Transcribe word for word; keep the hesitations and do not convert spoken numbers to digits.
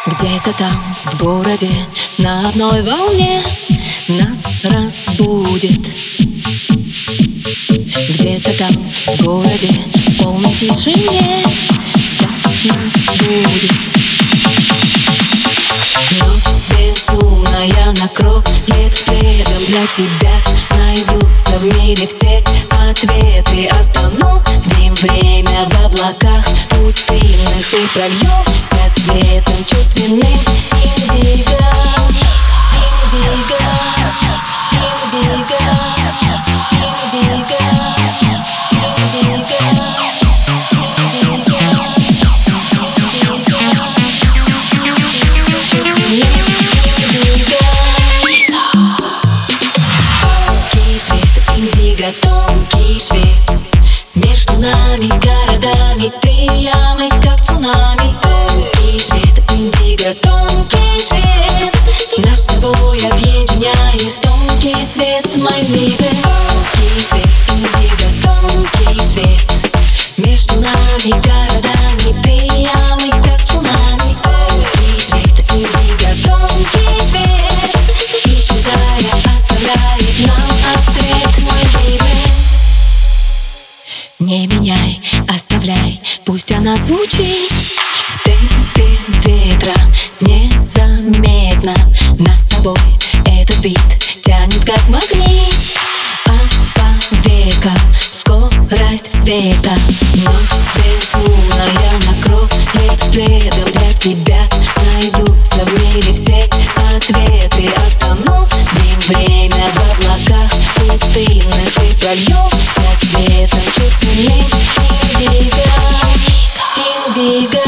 Где-то там, в городе, на одной волне нас разбудит. Где-то там, в городе, в полной тишине ждать нас будет. Ночь безумная накроет пледом для тебя. Найдутся в мире все ответы. Остановим время в облаках пустынных и прольемся цветом чувственным. Индиго, индиго, индиго, индиго, индиго, индиго, тонкий свет. Между нами городами ты и я, мы как цунами. Тонкий свет, индиго, тонкий свет. Нас с тобой объединяет тонкий свет, мой милый. Тонкий свет, индиго, тонкий свет. Между нами городами ты и я, мы как цунами. Тонкий свет, индиго, тонкий свет. Исчезая, оставляет нам ответ, мой милый. Не меняй, оставляй, пусть она звучит в темпе ветра, незаметно. Нас с тобой этот бит тянет как магнит, а по векам скорость света. Ночь безумная накроет пледом для тебя. Найдутся в мире все ответы. Остановим время в облаках пустынных и прольемся цветом чувственным. Индиго, индиго.